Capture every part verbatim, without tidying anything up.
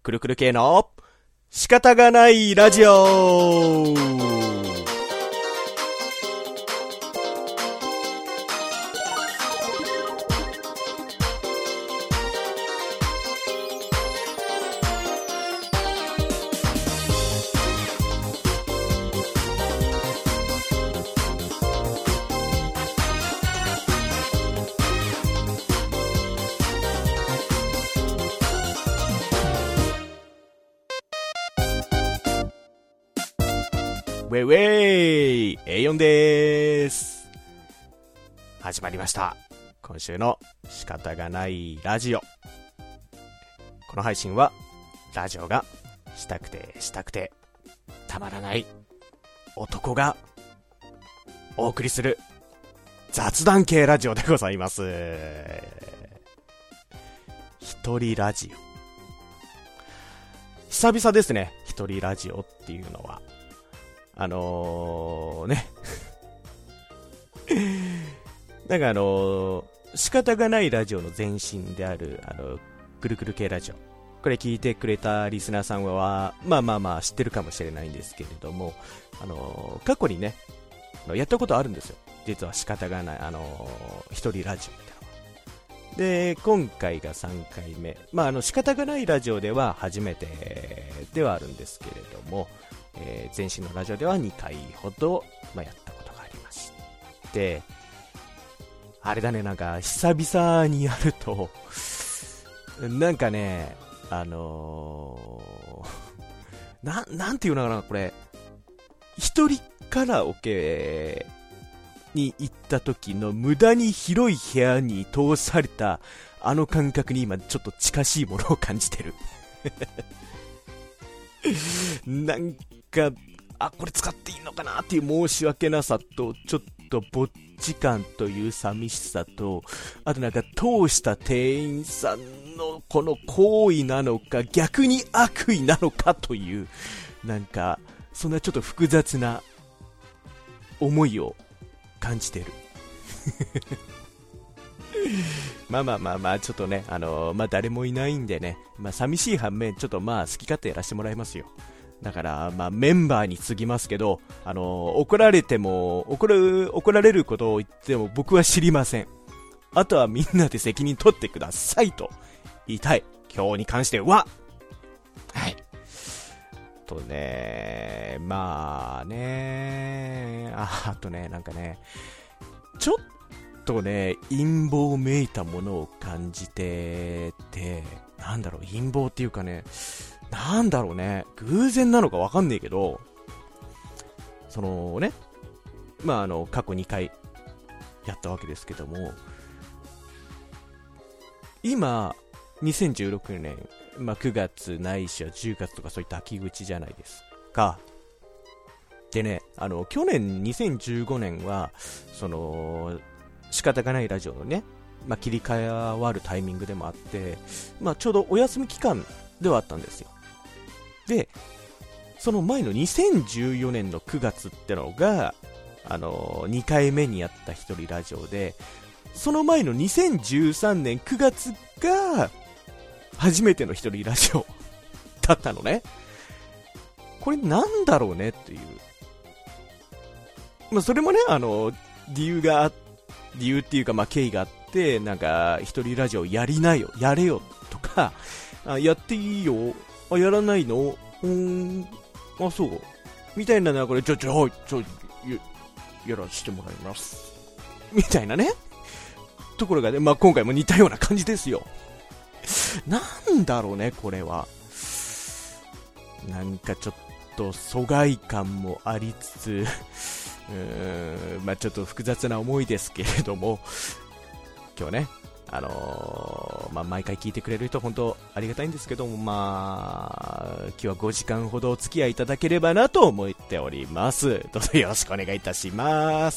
くるくる系の仕方がないラジオ。ウェイウェイ エーよん でーす。始まりました。今週の仕方がないラジオ。この配信はラジオがしたくてしたくてたまらない男がお送りする雑談系ラジオでございます。一人ラジオ。久々ですね、一人ラジオっていうのは。あのー、ねなんかあのー、仕方がないラジオの前身であるあのくるくる系ラジオ、これ聞いてくれたリスナーさんはまあまあまあ知ってるかもしれないんですけれども、あのー、過去にねやったことあるんですよ、実は仕方がないあのー、一人ラジオってのは。で今回がさんかいめ、まああの仕方がないラジオでは初めてではあるんですけれども、えー、前身のラジオではにかいほど、まあ、やったことがありまして、あれだね、なんか久々にやるとなんかね、あのー、な, なんていうのかな、これ一人カラオケに行った時の無駄に広い部屋に通されたあの感覚に今ちょっと近しいものを感じてるなんか、あ、これ使っていいのかなっていう申し訳なさと、ちょっとぼっち感という寂しさと、あとなんか通した店員さんのこの行為なのか逆に悪意なのかという、なんかそんなちょっと複雑な思いを感じてるまあまあまあまあ、ちょっとね、あのー、まあ誰もいないんでね、まあ寂しい反面、ちょっとまあ好き勝手やらせてもらいますよ。だからまあメンバーに継ぎますけど、あのー、怒られても怒る怒られることを言っても僕は知りません。あとはみんなで責任取ってくださいと言いたい、今日に関しては。はいとね、まあね、ああとね、なんかね、ちょっとね、陰謀めいたものを感じてて、なんだろう、陰謀っていうかね、なんだろうね、偶然なのかわかんねえけど、そのね、まああの過去にかいやったわけですけども、今にせんじゅうろくねん、まあ、くがつないしはじゅうがつとかそういった秋口じゃないですか。でね、あの去年にせんじゅうごねんはその仕方がないラジオのね、まあ、切り替わるタイミングでもあって、まあ、ちょうどお休み期間ではあったんですよ。でその前のにせんじゅうよねんのくがつってのが、あのー、にかいめにやった一人ラジオで、その前のにせんじゅうさんねんくがつが初めての一人ラジオだったのね。これなんだろうねっていう、まあ、それもね、あのー、理由があ理由っていうか、まあ、経緯があって、なんか一人ラジオやりなよ、やれよとか、あやっていいよ、あやらないの、うーん、あそうみたいなのは、これちょちょちょ や, やらせてもらいますみたいなねところがね、まあ、今回も似たような感じですよ。なんだろうね、これは。なんかちょっと疎外感もありつつ、うーん、まあ、ちょっと複雑な思いですけれども、今日ね、あのーまあ、毎回聞いてくれる人本当ありがたいんですけども、まあ今日はごじかんほどお付き合いいただければなと思っております。どうぞよろしくお願いいたします。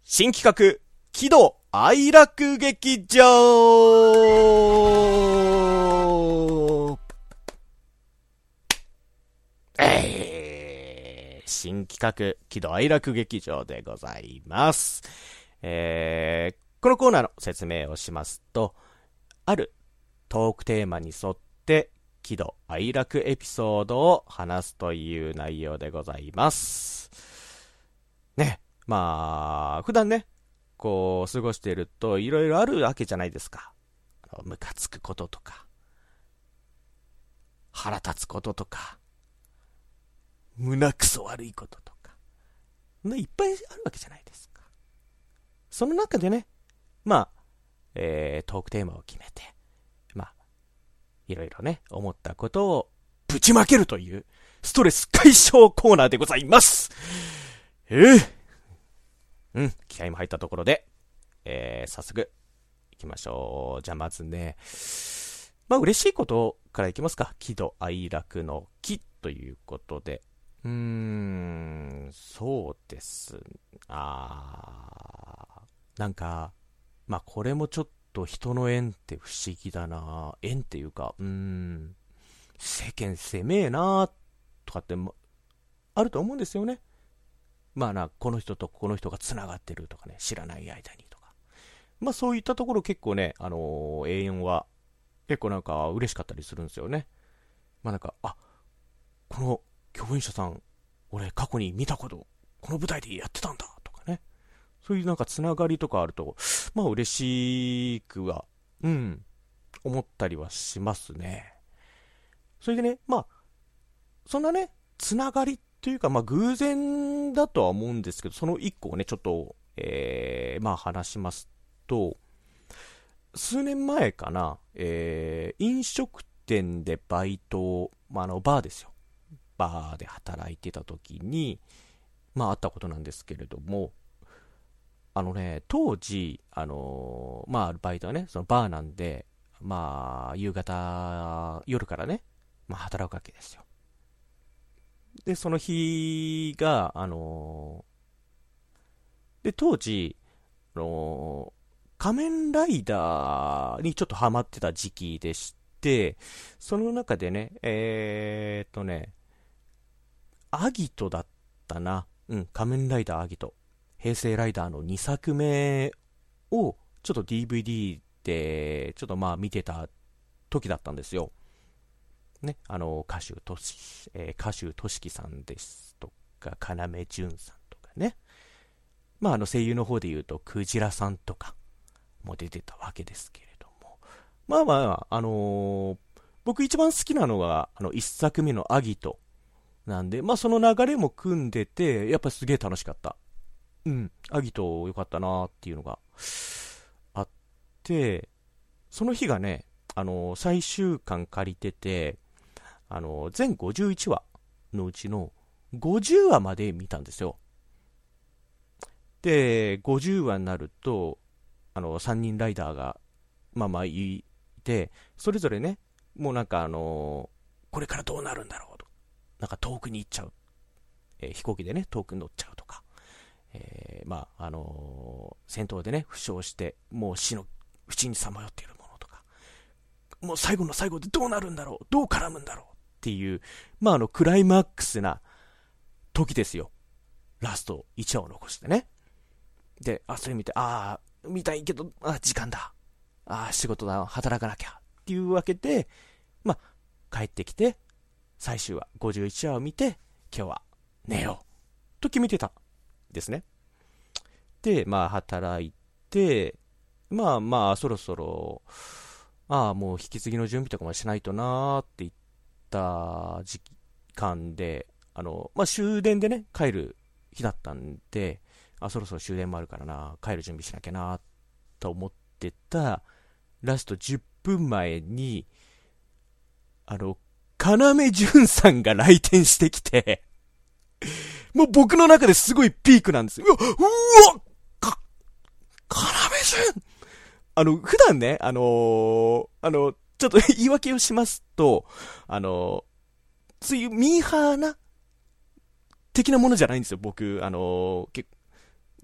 新企画、喜怒哀楽劇場。えー、新企画、喜怒哀楽劇場でございます。えー、このコーナーの説明をしますと、あるトークテーマに沿って喜怒哀楽エピソードを話すという内容でございます。ね、まあ普段ね、こう過ごしているといろいろあるわけじゃないですか。ムカつくこととか、腹立つこととか、胸くそ悪いこととか、ね、いっぱいあるわけじゃないですか。その中でね、まあ、えー、トークテーマを決めて、まあ、いろいろね、思ったことをぶちまけるというストレス解消コーナーでございます。えー、うん、気合も入ったところで、えー、早速、行きましょう。じゃあまずね、まあ嬉しいことからいきますか。喜怒哀楽の喜ということで、うーん、そうです。あー、なんか、まあこれもちょっと人の縁って不思議だな。縁っていうか、うーん、世間狭えなとかって、ま、あると思うんですよね。まあな、この人とこの人がつながってるとかね、知らない間にとか。まあそういったところ結構ね、あのー、永遠は結構なんか嬉しかったりするんですよね。まあなんか、あ、この共演者さん、俺過去に見たこと、この舞台でやってたんだとかね。そういうなんかつながりとかあると、まあ嬉しくは、うん、思ったりはしますね。それでね、まあ、そんなね、つながりっていうか、まあ偶然だとは思うんですけど、その一個をね、ちょっと、えー、まあ話しますと、数年前かな、えー、飲食店でバイト、まあ、あの、バーですよ。バーで働いてた時に、まあ、あったことなんですけれども、あのね、当時、あのー、まあ、バイトはね、そのバーなんで、まあ、夕方、夜からね、まあ、働くわけですよ。で、その日が、あのー、で、当時、あのー仮面ライダーにちょっとハマってた時期でして、その中でね、えーっとね、アギトだったな。うん、仮面ライダーアギト。平成ライダーのにさくめを、ちょっと ディーブイディー で、ちょっとまあ見てた時だったんですよ。ね、あの、歌手とし、えー、歌手としきさんですとか、要潤さんとかね。まああの声優の方で言うと、クジラさんとか、も出てたわけですけれども。まあまあ、あのー、僕一番好きなのが、あの、一作目のアギトなんで、まあその流れも組んでて、やっぱすげえ楽しかった。うん、アギト良かったなーっていうのがあって、その日がね、あのー、最終巻借りてて、あのー、全ごじゅういちわのうちのごじゅうわまで見たんですよ。で、ごじゅうわになると、あの、さんにんライダーが、まあまあいて、それぞれね、もうなんかあのー、これからどうなるんだろうと。なんか遠くに行っちゃう。えー、飛行機でね、遠くに乗っちゃうとか。えー、まあ、あのー、戦闘でね、負傷して、もう死の淵にさまよっているものとか。もう最後の最後でどうなるんだろう、どう絡むんだろうっていう、まああの、クライマックスな時ですよ。ラストいちわを残してね。で、あ、それ見て、ああ、見たいけど、あ、時間だ。あ、仕事だ、働かなきゃ。っていうわけで、まあ、帰ってきて、最終話、ごじゅういちわを見て、今日は寝よう。と決めてた。ですね。で、まあ、働いて、まあまあ、そろそろ、ああ、もう引き継ぎの準備とかもしないとなーって言った時間で、あの、まあ、終電でね、帰る日だったんで、あ、そろそろ終電もあるからな、帰る準備しなきゃな、と思ってた、ラストじゅっぷんまえに、あの、要潤さんが来店してきて、もう僕の中ですごいピークなんですよ。うわ、うわか、要潤あの、普段ね、あのー、あの、ちょっと言い訳をしますと、あのー、そういうミーハーな、的なものじゃないんですよ、僕、あのー、結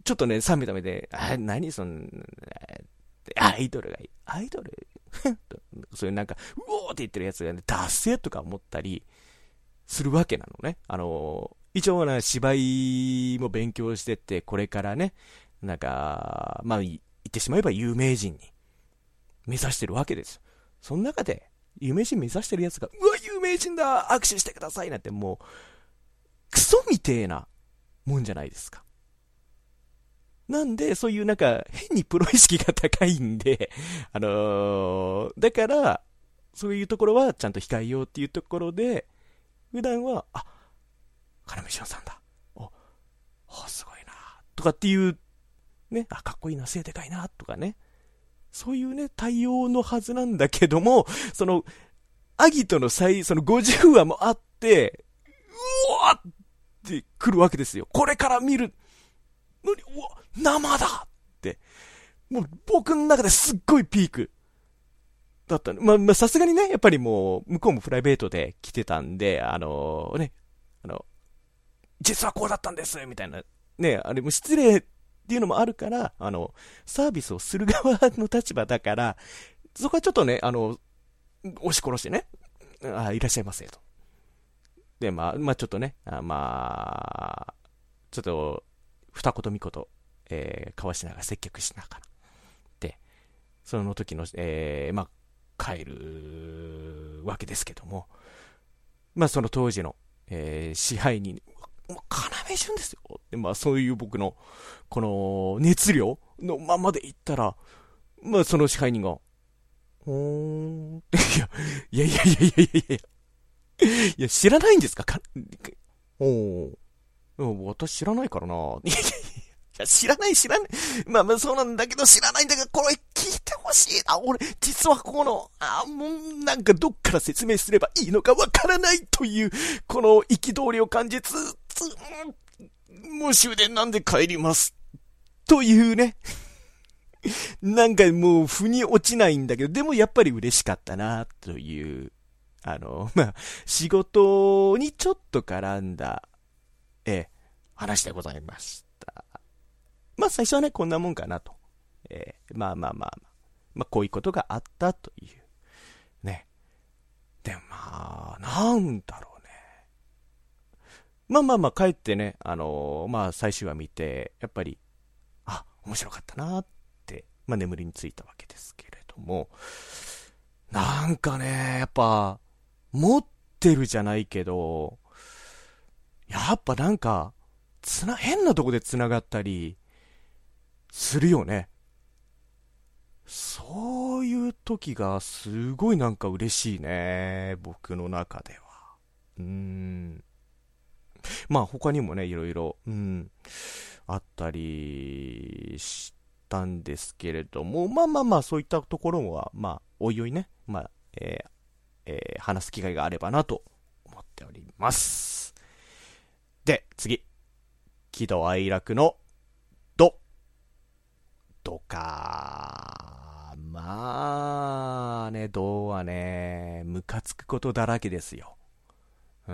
ちょっとね、冷めた目で、あ、何そんな、アイドルがいい。アイドルそういうなんか、うおーって言ってるやつがね、ダッセーとか思ったりするわけなのね。あの、一応な、芝居も勉強してって、これからね、なんか、まあ、言ってしまえば有名人に目指してるわけですよ。その中で、有名人目指してるやつが、うわ、有名人だ握手してくださいなんてもう、クソみてえなもんじゃないですか。なんで、そういうなんか、変にプロ意識が高いんで、あのー、だから、そういうところはちゃんと控えようっていうところで、普段は、あ、要潤さんだ。お、お、すごいな。とかっていう、ね、あ、かっこいいな、背でかいな、とかね。そういうね、対応のはずなんだけども、その、アギトの最、そのごじゅうわもあって、うわって来るわけですよ。これから見る。何、うわ、生だって。もう僕の中ですっごいピークだった。まあ、まあ、さすがにね、やっぱりもう、向こうもプライベートで来てたんで、あのー、ね、あの、実はこうだったんです、みたいな。ね、あれも失礼っていうのもあるから、あの、サービスをする側の立場だから、そこはちょっとね、あの、押し殺してね、あ、いらっしゃいませ、と。で、まあ、まあちょっとね、あまあ、ちょっと、二言三言、えー、交わしながら接客しながら。で、その時の、えー、まあ、帰るわけですけども、まあその当時の、えー、支配人、もう要潤ですよ。で、まあそういう僕の、この熱量のままで言ったら、まあその支配人が、ほーん、いや、いやいやいやいやいやいや、いや、知らないんですかか、おー、私知らないからな。いやいやいや、知らない知らない。まあまあそうなんだけど知らないんだけど、これ聞いてほしいな。俺、実はこの、あ、もうなんかどっから説明すればいいのかわからないという、この憤りを感じつつ、もう終電なんで帰ります。というね。なんかもう腑に落ちないんだけど、でもやっぱり嬉しかったな、という、あの、まあ、仕事にちょっと絡んだ、ええ、話でございました。まあ最初はね、こんなもんかなと。えー、まあまあまあまあ。まあこういうことがあったという。ね。でもまあ、なんだろうね。まあまあまあ帰ってね、あのー、まあ最終話見て、やっぱり、あ、面白かったなって、まあ眠りについたわけですけれども、なんかね、やっぱ、持ってるじゃないけど、やっぱなんか、つな、変なとこで繋がったり、するよね。そういう時がすごいなんか嬉しいね。僕の中では。うーん。まあ他にもね、いろいろ、うん、あったりしたんですけれども、まあまあまあそういったところは、まあ、おいおいね、まあ、えーえー話す機会があればなと思っております。で、次。喜怒哀楽のド。ドか。まあね、ドはね、ムカつくことだらけですよ。うん。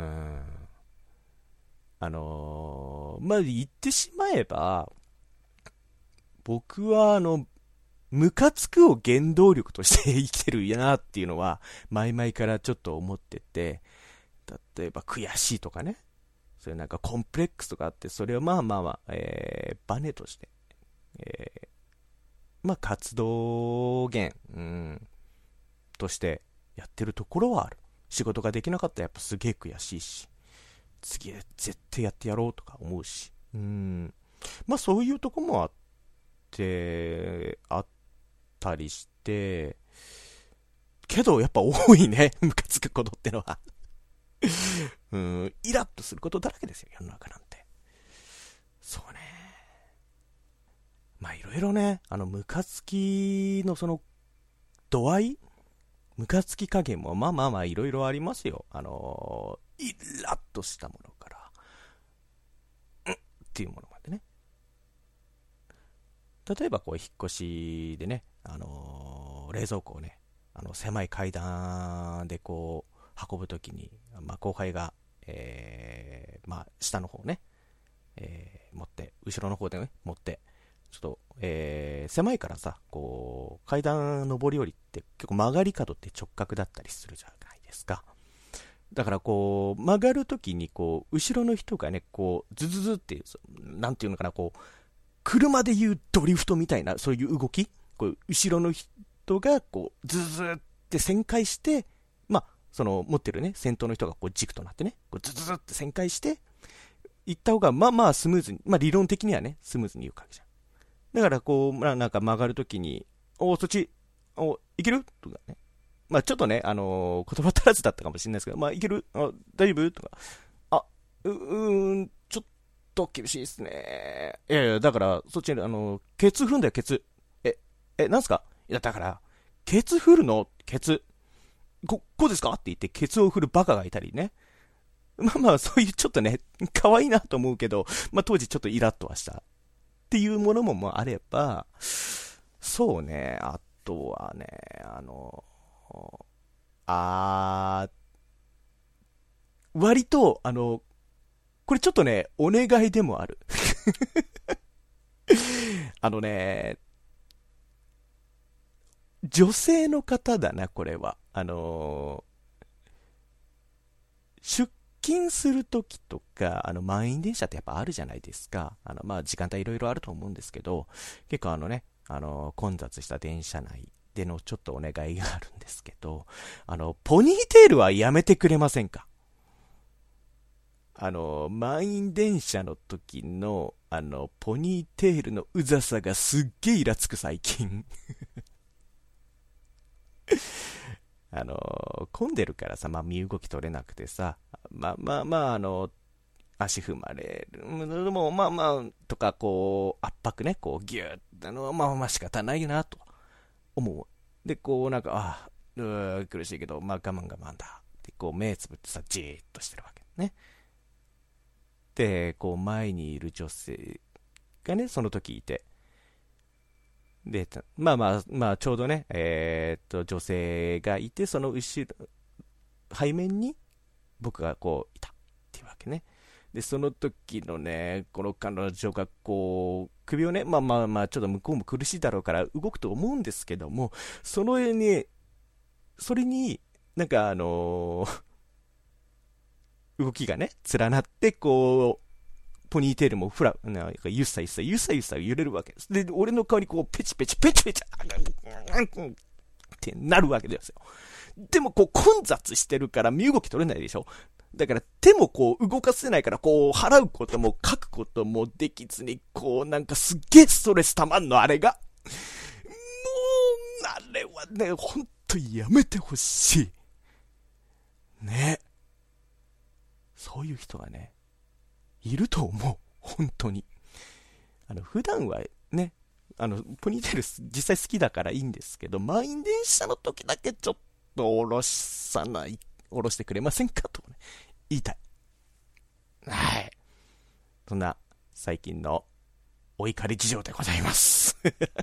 あのーまあ、言ってしまえば、僕はあの、ムカつくを原動力として生きてるやなっていうのは、前々からちょっと思ってて、例えば悔しいとかね、そういうなんかコンプレックスとかあって、それをまあまあまあ、えー、バネとして、えー、まあ活動源、うん、としてやってるところはある。仕事ができなかったらやっぱすげえ悔しいし、次絶対やってやろうとか思うし、うん、まあそういうとこもあって、あったりして、けどやっぱ多いね、ムカつくことってのは。うん、イラッとすることだらけですよ、世の中なんて。そうね。まあいろいろね、あの、ムカつきのその、度合いムカつき加減もまあまあまあいろいろありますよ。あのー、イラッとしたものから、んっていうものまでね。例えばこう引っ越しでね、あのー冷蔵庫をね、あの狭い階段でこう運ぶときに、まあ、後輩が、えー、まあ下の方ね、え持って、後ろの方でね、持って、ちょっと、えー、狭いからさ、こう、階段上り下りって結構曲がり角って直角だったりするじゃないですか。だからこう、曲がるときにこう、後ろの人がね、こう、ズズズっていう、なんていうのかな、こう、車でいうドリフトみたいな、そういう動き、こう、後ろの人がこう、ズズズって旋回して、まあ、その、持ってるね、先頭の人がこう、軸となってね、こうズズズって旋回して、行った方が、まあまあスムーズに、まあ理論的にはね、スムーズに行くわけじゃん。だからこう、まあなんか曲がるときに、おそっち、お、いけるとかね。まあちょっとね、あのー言葉足らずだったかもしれないですけど、まあいけるあ、大丈夫とか。あ、う、うーん、ちょっと厳しいですね。いやいや、だから、そっちに、あのーケツ踏んだよ、ケツ。え、え、なんすか？いや、だから、ケツ振るのケツ。こ、こうですかって言って、ケツを振るバカがいたりね。まあまあ、そういうちょっとね、可愛いなと思うけど、まあ当時ちょっとイラッとはしたっていうものもまああれば、そうね、あとはね、あの、あー、割と、あの、これちょっとね、お願いでもある。あのね、女性の方だな、これは。あの、出勤するときとか、あの、満員電車ってやっぱあるじゃないですか。あの、まあ、時間帯いろいろあると思うんですけど、結構あのね、あの、混雑した電車内でのちょっとお願いがあるんですけど、あの、ポニーテールはやめてくれませんか？あの、満員電車の時の、あの、ポニーテールのうざさがすっげえイラつく最近。あの、混んでるからさ、まあ、身動き取れなくてさ、まあまあまあ、あの、足踏まれる。でも、まあまあ、とか、こう、圧迫ね、こう、ギューって、あの、まあまあ仕方ないな、と思う。で、こう、なんか、ああ、うー苦しいけど、まあ我慢我慢だ。で、こう、目つぶってさ、じーっとしてるわけね。で、こう、前にいる女性がね、その時いて、で、まあまあ、まあ、ちょうどね、えーっと、女性がいて、その後ろ、背面に僕がこう、いたっていうわけね。で、その時のね、この彼女がこう、首をね、まあまあまあ、ちょっと向こうも苦しいだろうから動くと思うんですけども、その絵に、それに、なんかあのー動きがね、連なって、こう、ポニーテールもフラ、なんかゆっさゆっさ、ゆっさゆっさ揺れるわけです。で、俺の顔にこう、ペチペチ、ペチペチ、ってなるわけですよ。でもこう混雑してるから身動き取れないでしょ。だから手もこう動かせないからこう払うことも書くこともできずにこうなんかすっげえストレスたまんのあれが。もう、あれはね、ほんとやめてほしい。ね。そういう人がね、いると思う。本当に。あの、普段はね、あの、ポニーテール実際好きだからいいんですけど、満員電車の時だけちょっと下ろさない、下ろしてくれませんかと、ね、言いたい。はい。そんな、最近のお怒り事情でございます。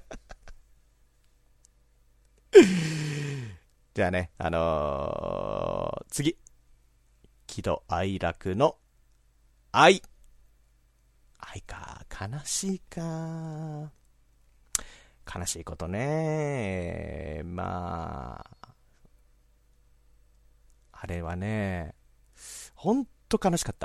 じゃあね、あのー、次。喜怒哀楽の愛。愛か、悲しいか。悲しいことね。まあ、あれはね、ほんと悲しかった。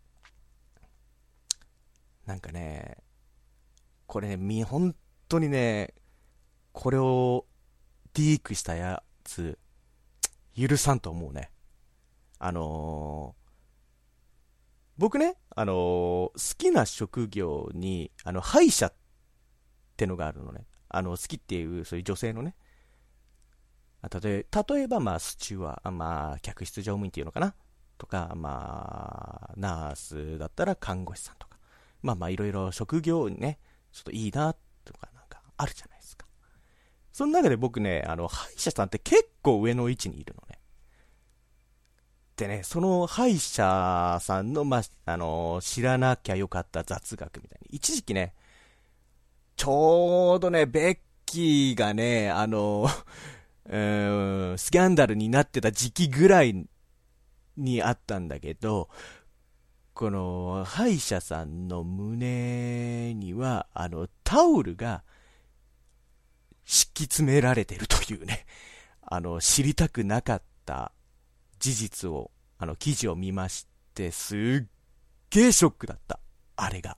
なんかね、これね、み、本当にね、これをリークしたやつ、許さんと思うね。あのー僕ね、あのー好きな職業に、あの、歯医者ってのがあるのね。あの、好きっていう、そういう女性のね。あ例え例えば、まあ、スチュワー、まあ、客室乗務員っていうのかなとか、まあ、ナースだったら看護師さんとか。まあまあ、いろいろ職業にね、ちょっといいな、とかなんか、あるじゃないですか。その中で僕ね、あの、歯医者さんって結構上の位置にいるのね。でね、その歯医者さんの、まあ、あの、知らなきゃよかった雑学みたいに。一時期ね、ちょうどね、ベッキーがね、あの、うーん、スキャンダルになってた時期ぐらいにあったんだけど、 この歯医者さんの胸にはあのタオルが敷き詰められてるというね、あの知りたくなかった事実を、あの記事を見まして、すっげえショックだった、あれが。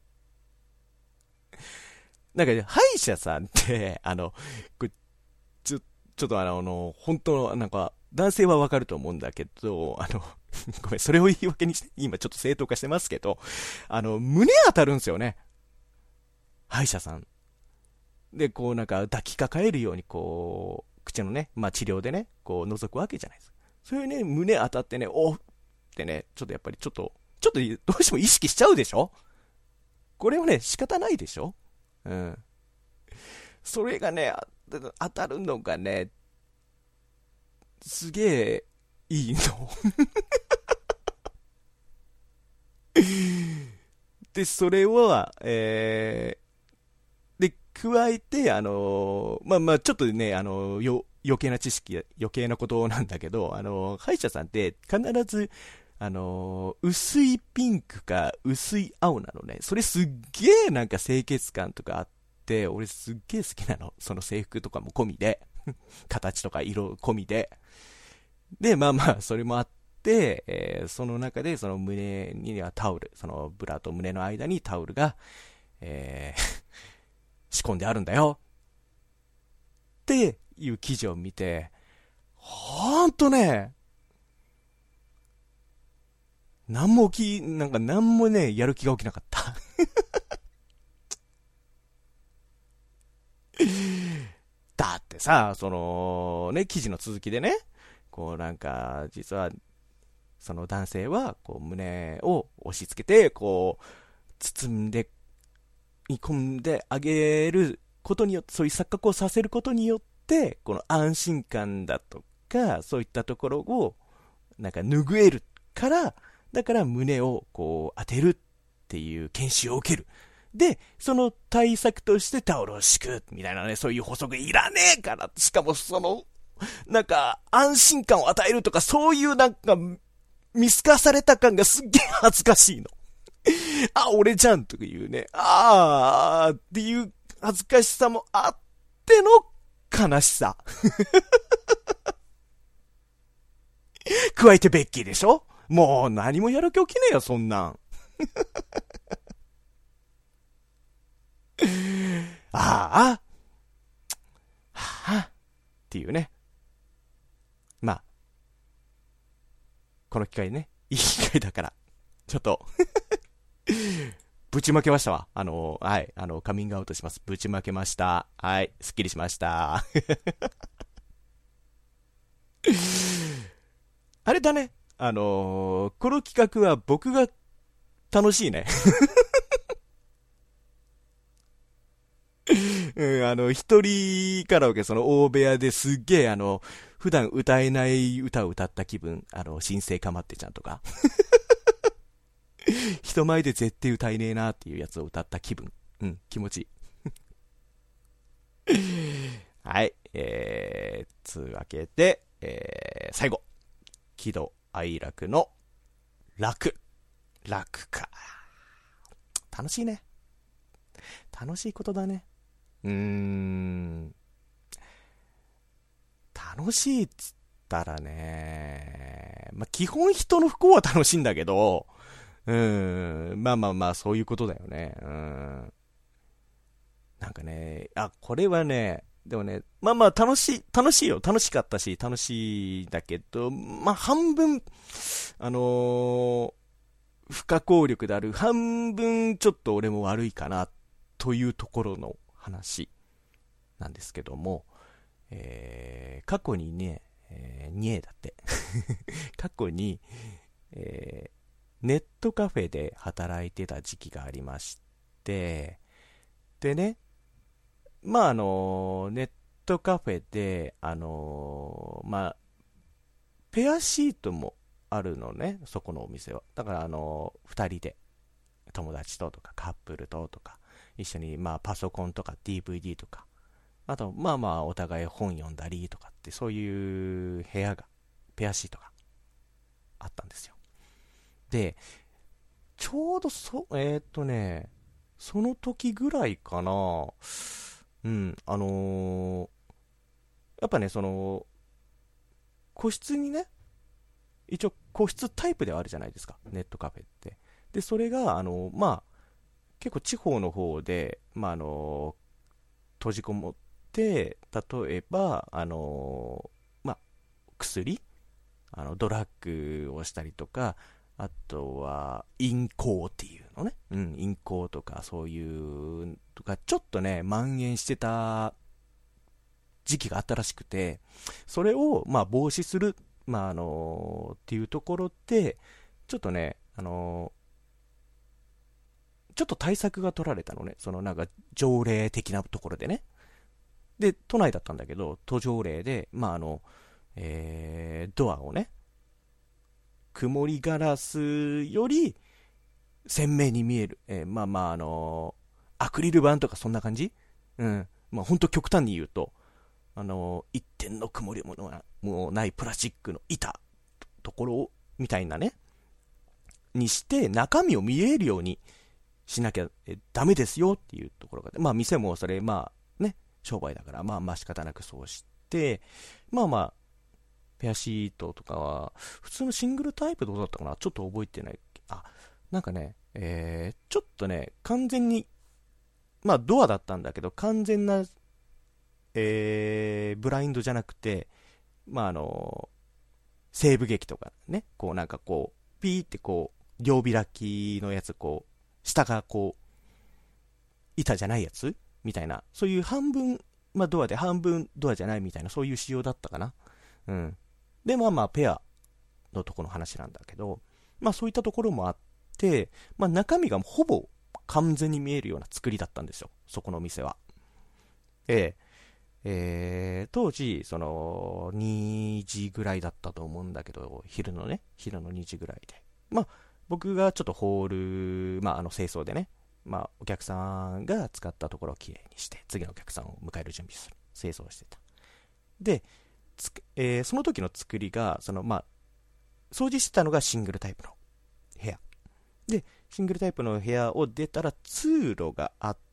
なんか、ね、歯医者さんってあのこれちょちょっとあのあの本当なんか男性はわかると思うんだけど、あのごめん、それを言い訳にして今ちょっと正当化してますけど、あの胸当たるんですよね、歯医者さんで。こうなんか抱きかかえるようにこう口のね、まあ治療でね、こう覗くわけじゃないですか。それね、胸当たってね、おってね、ちょっとやっぱりちょっとちょっとどうしても意識しちゃうでしょ。これはね、仕方ないでしょ。うん。それがね、当たるのがね、すげえいいの。で、それは、えー、で、加えて、あのーまあまあ、ちょっとね、あのーよ、余計な知識、余計なことなんだけど、あのー歯医者さんって必ず、あのー薄いピンクか薄い青なのね。それすっげえなんか清潔感とかあって、俺すっげえ好きなの。その制服とかも込みで。形とか色込みで。で、まあまあ、それもあって、えーその中で、その胸にはタオル、そのブラと胸の間にタオルが、えー仕込んであるんだよっていう記事を見て、ほんとね、なんも起き、なんかなんもね、やる気が起きなかった。だってさ、その、ね、記事の続きでね、こうなんか、実は、その男性は、こう胸を押し付けて、こう、包んで、煮込んであげることによって、そういう錯覚をさせることによって、この安心感だとか、そういったところを、なんか拭えるから、だから胸をこう当てるっていう研修を受ける。で、その対策としてタオルを敷く、みたいなね、そういう補足いらねえから、しかもその、なんか、安心感を与えるとか、そういうなんか、見透かされた感がすっげえ恥ずかしいの。あ、俺じゃんとかいうね、あーっていう恥ずかしさもあっての悲しさ。加えてベッキーでしょ。もう何もやる気起きねえよ、そんなん。ああ、はあ、っていうね。まあ、この機会ね、いい機会だから、ちょっとぶちまけましたわ。あの、はい、あの、カミングアウトします。ぶちまけました。はい、すっきりしました。あれだね。あのーこの企画は僕が楽しいね。うん、あの、一人カラオケ、その大部屋ですっげえ、あの、普段歌えない歌を歌った気分、あの、新生かまってちゃんとか。人前で絶対歌えねえなっていうやつを歌った気分。うん、気持ちいい。はい、えー、つうわけで、えー、最後。喜怒哀楽の楽。楽か。楽しいね。楽しいことだね。うーん。楽しいっつったらね、まあ、基本人の不幸は楽しいんだけど、うーん、まあまあまあ、そういうことだよね。うん。なんかね、あ、これはね、でもね、まあまあ楽しい、楽しいよ。楽しかったし、楽しいだけど、まあ半分、あのー不可抗力である半分ちょっと俺も悪いかなというところの話なんですけども、えー過去にね、えー、にえだって過去に、えーネットカフェで働いてた時期がありまして、でね、まああのネットカフェであのまあペアシートもあるのね、そこのお店は。だからあのふたりで友達ととかカップルととか一緒にまあパソコンとか ディーブイディー とか、あとまあまあお互い本読んだりとかって、そういう部屋が、ペアシートがあったんですよ。で、 ちょうどそ、えー、っとね、その時ぐらいかな。うん、あのーやっぱね、その、個室にね、一応個室タイプではあるじゃないですか、ネットカフェって。で、それが、あの、まあ、結構地方の方で、まあ、あの、閉じこもって、例えば、あの、まあ、薬あの、ドラッグをしたりとか、あとは、陰行っていうのね。うん、陰行とか、そういうとか、ちょっとね、蔓延してた時期があったらしくて、それを、まあ、防止する、まあ、あのっていうところで、ちょっとね、あのちょっと対策が取られたのね。そのなんか、条例的なところでね。で、都内だったんだけど、都条例で、まあ、あの、えー、ドアをね、曇りガラスより鮮明に見える。えーまあまあ、あのアクリル板とかそんな感じ。うん。まあ、ほんと極端に言うと、あの一点の曇りものがもうないプラスチックの板ところみたいなね、にして中身を見えるようにしなきゃダメですよっていうところが、まあ店もそれ、まあね、商売だから、まあまあ仕方なくそうして、まあまあ、ペアシートとかは、普通のシングルタイプどうだったかなちょっと覚えてない。あ、なんかね、えー、ちょっとね、完全に、まあドアだったんだけど、完全な、えー、ブラインドじゃなくて、まああの、西部劇とかね、こうなんかこう、ピーってこう、両開きのやつ、こう、下がこう、板じゃないやつみたいな、そういう半分、まあドアで半分ドアじゃないみたいな、そういう仕様だったかな。うん。で、まあまあ、ペアのとこの話なんだけど、まあそういったところもあって、まあ中身がほぼ完全に見えるような作りだったんですよ、そこのお店は。えええー、当時、その、にじぐらいだったと思うんだけど、昼のね、昼のにじぐらいで。まあ、僕がちょっとホール、まあ、あの、清掃でね、まあ、お客さんが使ったところをきれいにして、次のお客さんを迎える準備する。清掃してた。で、つくえーその時の作りが、その、まあ、掃除してたのがシングルタイプの部屋。で、シングルタイプの部屋を出たら通路があって、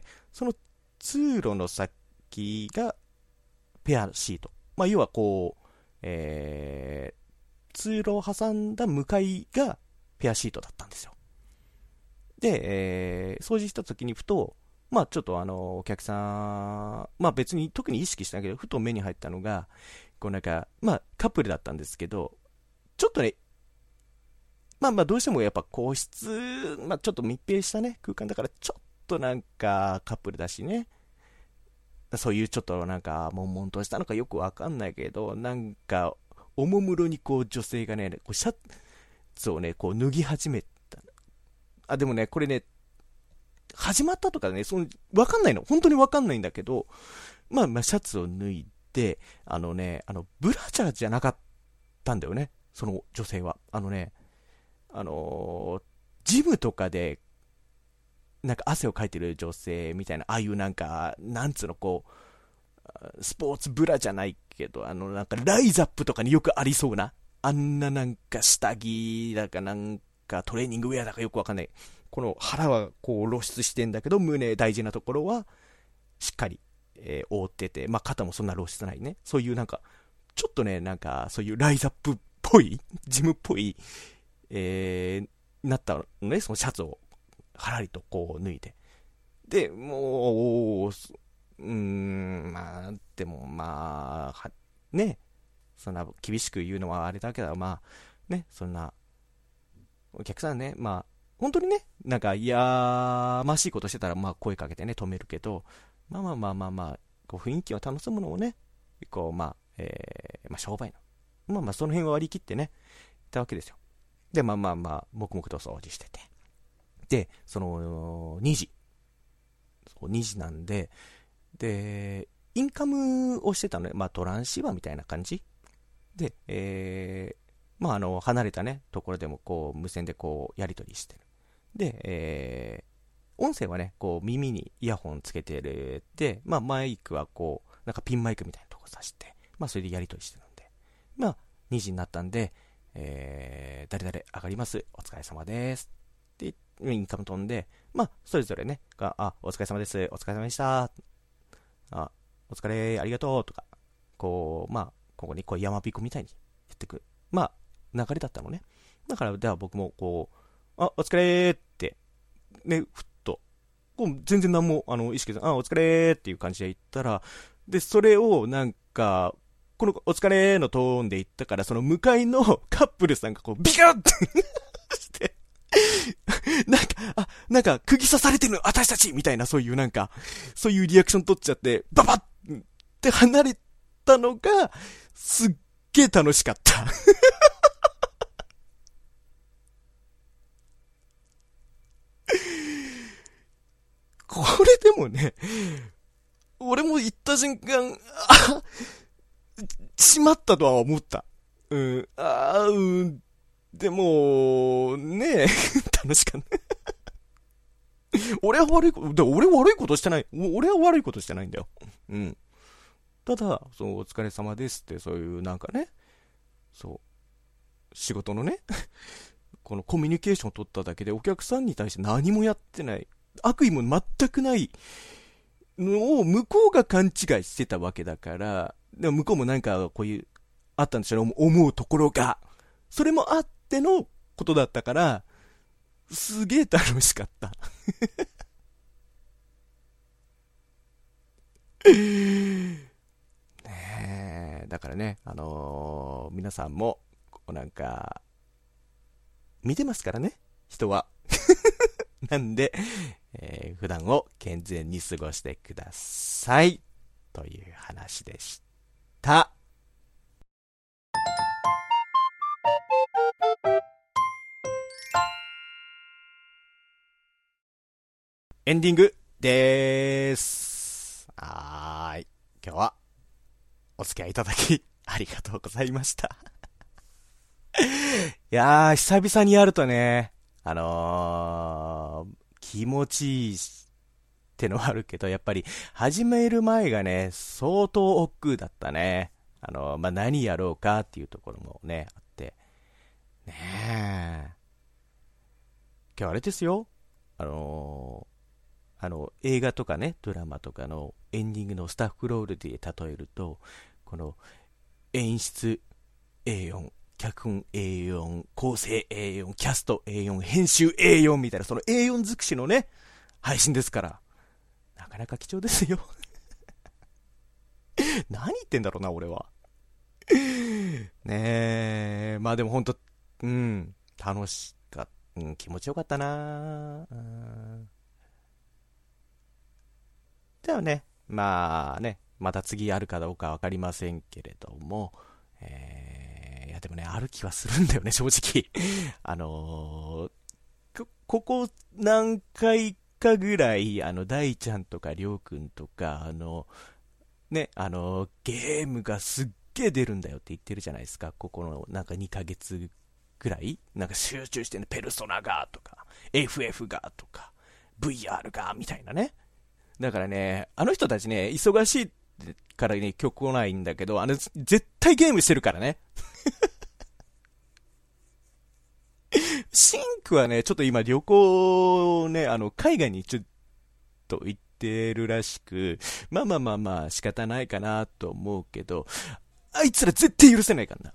その通路の先がペアシート。まあ、要はこう、えー、通路を挟んだ向かいがペアシートだったんですよ。で、えー、掃除した時にふと、まあちょっとあの、お客さん、まあ別に特に意識してないけど、ふと目に入ったのが、こうなんか、まあカップルだったんですけど、ちょっとね、まあまあどうしてもやっぱ皇室、まあちょっと密閉したね、空間だからちょっとなんかカップルだしね、そういうちょっとなんか悶々としたのかよくわかんないけど、なんかおもむろにこう女性がね、こうシャツをね、こう脱ぎ始めた。あ、でもね、これね、始まったとかね、その、わかんないの。本当にわかんないんだけど、まあまあシャツを脱いで、あのね、あの、ブラジャーじゃなかったんだよね。その女性は。あのね、あのージムとかで、なんか汗をかいてる女性みたいな、ああいうなんか、なんつうの、こう、スポーツブラじゃないけど、あの、なんか、ライザップとかによくありそうな、あんななんか下着だかなんかトレーニングウェアだかよくわかんない。この腹はこう露出してんだけど、胸大事なところはしっかり、えー覆ってて、まあ肩もそんな露出ないね。そういうなんか、ちょっとね、なんか、そういうライザップっぽい、ジムっぽい、えー、なったのね、そのシャツを、はらりとこう脱いで。で、もう、うーん、まあ、でもまあ、はね、そんな厳しく言うのはあれだけど、まあ、ね、そんな、お客さんね、まあ、本当にね、なんか、いやましいことしてたら、まあ、声かけてね、止めるけど、まあまあまあまあまあ、こう雰囲気を楽しむのをね、こう、まあ、えー、まあ、商売の。まあまあ、その辺は割り切ってね、いたわけですよ。で、まあまあまあ、黙々と掃除してて。で、その、にじ。そうにじなんで、で、インカムをしてたのね、まあ、トランシーバーみたいな感じで、えー、まあ、あの、離れたね、ところでも、こう、無線でこう、やり取りしてる。で、えー、音声はね、こう、耳にイヤホンつけてるで、まあ、マイクはこう、なんかピンマイクみたいなとこ挿して、まあ、それでやり取りしてるんで、まあ、にじになったんで、えー、誰々上がります。お疲れ様です。 で、インカム飛んで、まあ、それぞれね、があ、お疲れ様です、お疲れ様でした、あ、お疲れ、ありがとうとか、こう、まあ、ここにこう山彦みたいにやってく、まあ、流れだったのね。だから、では僕もこう、あ、お疲れーって、ね、ふっと、こう全然何も、あの、意識で、あ、お疲れーっていう感じで言ったら、で、それをなんか、このお疲れーのトーンで言ったから、その向かいのカップルさんがこう、ビカッってして、なんか、あ、なんか、釘刺されてるの、私たちみたいな、そういうなんか、そういうリアクション取っちゃって、ババッって離れたのが、すっげー楽しかった。これでもね、俺も行った瞬間、あ、しまったとは思った。うん、あー、うん、でも、ねえ、楽しかった。俺は悪いこと、俺は悪いことしてない。俺は悪いことしてないんだよ。うん。ただ、そう、お疲れ様ですって、そういうなんかね、そう、仕事のね、このコミュニケーションを取っただけでお客さんに対して何もやってない。悪意も全くないのを向こうが勘違いしてたわけだから、でも向こうもなんかこういう、あったんでしょうね、思うところが。それもあってのことだったから、すげえ楽しかった。ねえ、だからね、あのー、皆さんも、こうなんか、見てますからね、人は。なんで、えー、普段を健全に過ごしてください。という話でした。エンディングでーす。はーい。今日はお付き合いいただきありがとうございました。いやー、久々にやるとね、あのー、気持ちいいってのはあるけど、やっぱり始める前がね、相当億劫だったね。あのー、まあ、何やろうかっていうところもね、あって。ねえ。今日あれですよ。あのー、あの、映画とかね、ドラマとかのエンディングのスタッフロールで例えると、この演出 エーよん、脚本 エーよん、構成 エーよん、キャスト エーよん、編集 エーよんみたいな、その エーよん 尽くしのね、配信ですから、なかなか貴重ですよ。何言ってんだろうな、俺は。ねえ、まあでもほんと、うん、楽しかった、うん、気持ちよかったな、うん。ではね、まあね、また次あるかどうかわかりませんけれども、えー、いやでもね、ある気はするんだよね、正直。あのー、こ、ここ何回かぐらい、あの、大ちゃんとかりょうくんとか、あの、ね、あのー、ゲームがすっげー出るんだよって言ってるじゃないですか、ここのなんかにかげつぐらい、なんか集中してね、ペルソナがとか、エフエフ がとか、ブイアール がみたいなね。だからね、あの人たちね、忙しいからね、今日来ないんだけど、あの、絶対ゲームしてるからね。シンクはね、ちょっと今旅行ね、あの、海外にちょっと行ってるらしく、まあまあまあまあ仕方ないかなと思うけど、あいつら絶対許せないからな。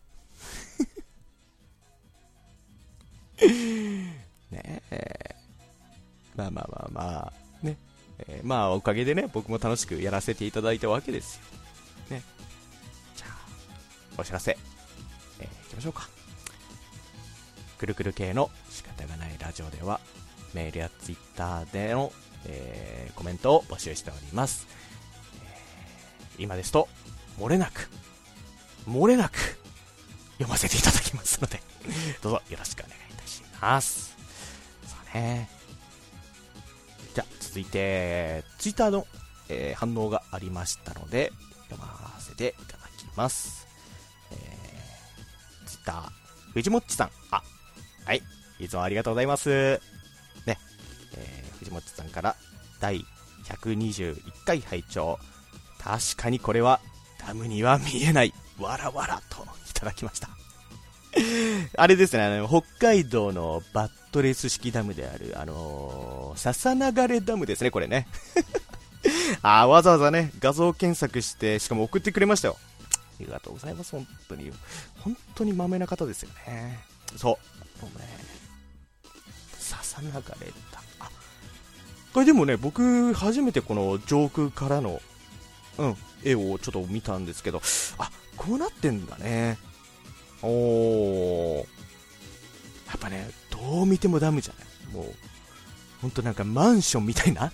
ねえ。まあまあまあまあ、ね。えー、まあおかげでね、僕も楽しくやらせていただいたわけですよ。ね。じゃあ、お知らせ、えー、いきましょうか。くるくる系の仕方がないラジオでは、メールやツイッターでの、えー、コメントを募集しております。えー、今ですと、漏れなく、漏れなく、読ませていただきますので、どうぞよろしくお願いいたします。そうね。じゃあ続いてツイッターの、えー、反応がありましたので読ませていただきます。えー、ツイッター藤もっちさん、あ、はい、いつもありがとうございますね。えー、藤もっちさんからだいひゃくにじゅういっかい拝聴、確かにこれはダムには見えない、わらわらといただきました。あれですね、あの北海道のバットレース式ダムである、あのー、笹流ダムですね、これね。あー、わざわざね、画像検索して、しかも送ってくれましたよ。ありがとうございます、本当に。本当にまめな方ですよね。そう。もうね、笹流ダム。あ、これでもね、僕、初めてこの上空からの、うん、絵をちょっと見たんですけど、あ、こうなってんだね。おー。やっぱね、どう見てもダムじゃない。もう、ほんとなんかマンションみたいな、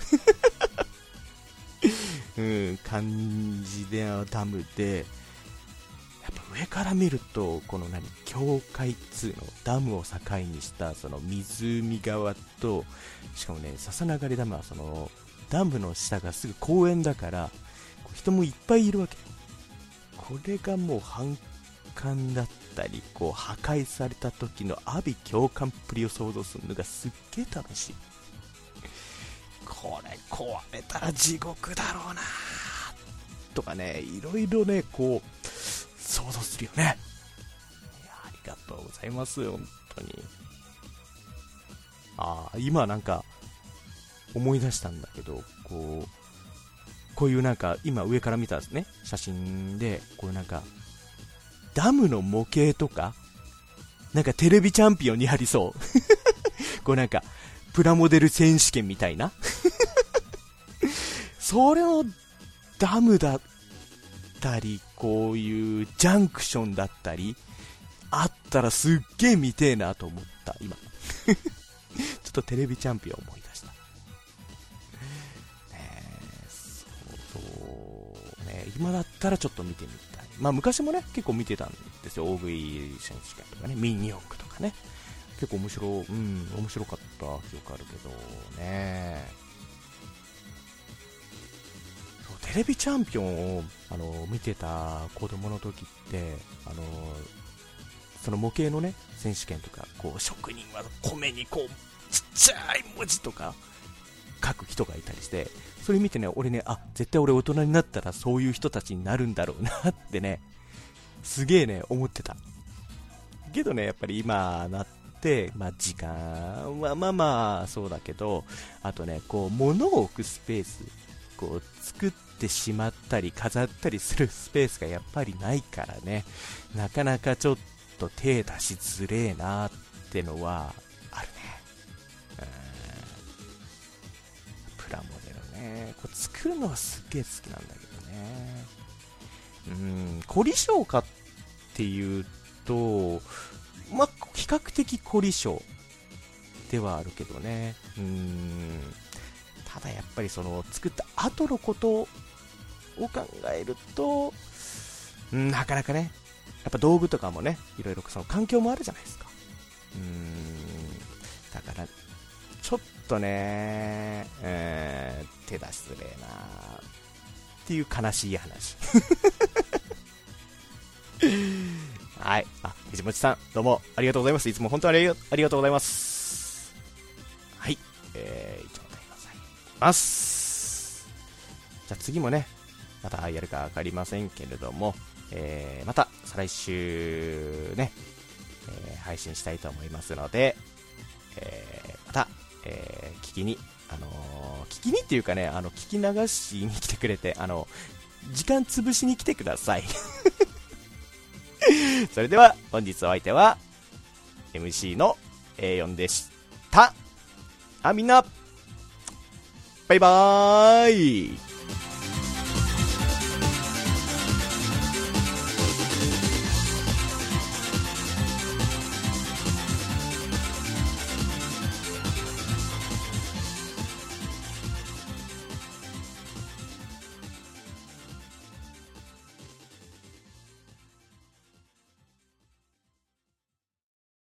うん、感じでダムで、やっぱ上から見ると、この何、境界通のダムを境にしたその湖側と、しかもね、笹流ダムはその、ダムの下がすぐ公園だから、人もいっぱいいるわけ。これがもう反感だったり、こう破壊された時の阿鼻共感っぷりを想像するのがすっげえ楽しい。これ壊れたら地獄だろうなとかね、いろいろね、こう想像するよね。いや、ありがとうございます本当に。ああ、今なんか思い出したんだけど、こうこういうなんか今上から見たね写真で、こうなんかダムの模型とか、なんかテレビチャンピオンにありそうこうなんかプラモデル選手権みたいなそれをダムだったり、こういうジャンクションだったりあったらすっげえ見てえなと思った今ちょっとテレビチャンピオン思い出したね。えそうそうね、今だったらちょっと見てみたい。まあ昔もね結構見てたんですよ。大食い選手権とかね、ミニ四駆とかね、結構面白い、うん、面白かった記憶あるけどね。そう、テレビチャンピオンをあの見てた子供の時って、あのその模型のね選手権とか、こう職人は米にこうちっちゃい文字とか書く人がいたりして、それ見てね、俺ね、あ、絶対俺大人になったらそういう人たちになるんだろうなってね、すげえね思ってたけどね、やっぱり今なって、まあ時間はまあまあそうだけど、あとね、こう物を置くスペース、こう作ってしまったり飾ったりするスペースがやっぱりないからね、なかなかちょっと手出しづれえなってのはあるね。プラモデルね、こう作るのはすっげえ好きなんだけどね。うーん、凝り性かっていうと、まあ、比較的凝り性ではあるけどね。うーん、ただやっぱりその作った後のことを考えると、うん、なかなかね、やっぱ道具とかもね、いろいろその環境もあるじゃないですか。うーん、だからちょっとね、えー、手出しづれえなっていう悲しい話はい。あ、藤本さん、どうもありがとうございます。いつも本当にありが、ありがとうございます。はい。えー、一応ございます。じゃあ次もね、またやるかわかりませんけれども、えー、また再来週ね、えー、配信したいと思いますので、えー、また、えー、聞きに、あのー、聞きにっていうかね、あの、聞き流しに来てくれて、あの、時間潰しに来てください。それでは、本日お相手は、エムシー の エーよん でした。あ、みんな、バイバーイ。